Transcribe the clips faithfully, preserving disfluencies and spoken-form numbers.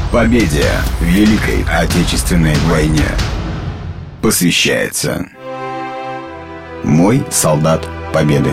Победе в Великой Отечественной войне посвящается «Мой солдат Победы».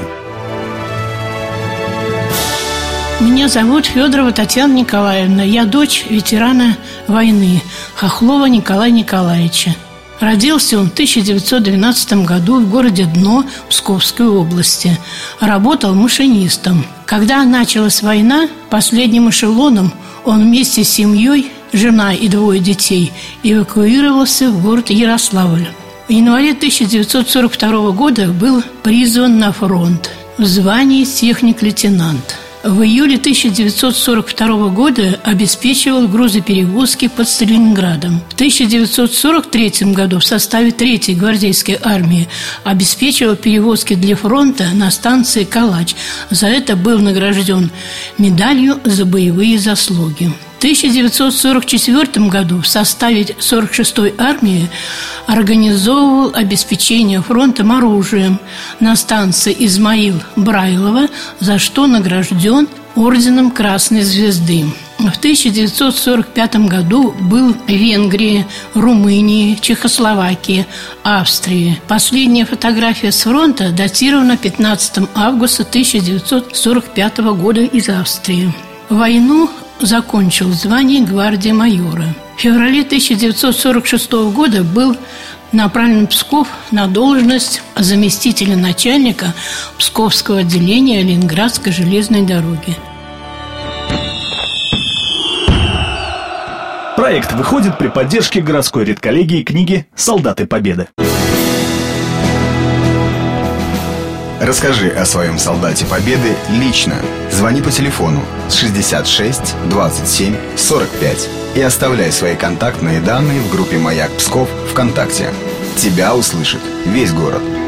Меня зовут Федорова Татьяна Николаевна. Я дочь ветерана войны Хохлова Николая Николаевича. Родился он в тысяча девятьсот двенадцатом году в городе Дно Псковской области. Работал машинистом. Когда началась война, последним эшелоном он вместе с семьей, жена и двое детей, эвакуировался в город Ярославль. В январе тысяча девятьсот сорок второго года был призван на фронт в звании техник-лейтенант. В июле тысяча девятьсот сорок второго года обеспечивал грузоперевозки под Сталинградом. В тысяча девятьсот сорок третьем году в составе третьей гвардейской армии обеспечивал перевозки для фронта на станции Калач. За это был награжден медалью за боевые заслуги. В тысяча девятьсот сорок четвёртом году в составе сорок шестой армии организовывал обеспечение фронтом оружием на станции Измаил-Брайлово, за что награжден орденом Красной Звезды. В тысяча девятьсот сорок пятом году был в Венгрии, Румынии, Чехословакии, Австрии. Последняя фотография с фронта датирована пятнадцатого августа тысяча девятьсот сорок пятого года из Австрии. Войну закончил звание гвардии майора. В феврале тысяча девятьсот сорок шестого года был направлен в Псков на должность заместителя начальника Псковского отделения Ленинградской железной дороги. Проект выходит при поддержке городской редколлегии книги «Солдаты Победы». Расскажи о своем солдате Победы лично. Звони по телефону шестьдесят шесть двадцать семь сорок пять и оставляй свои контактные данные в группе «Маяк Псков» ВКонтакте. Тебя услышит весь город.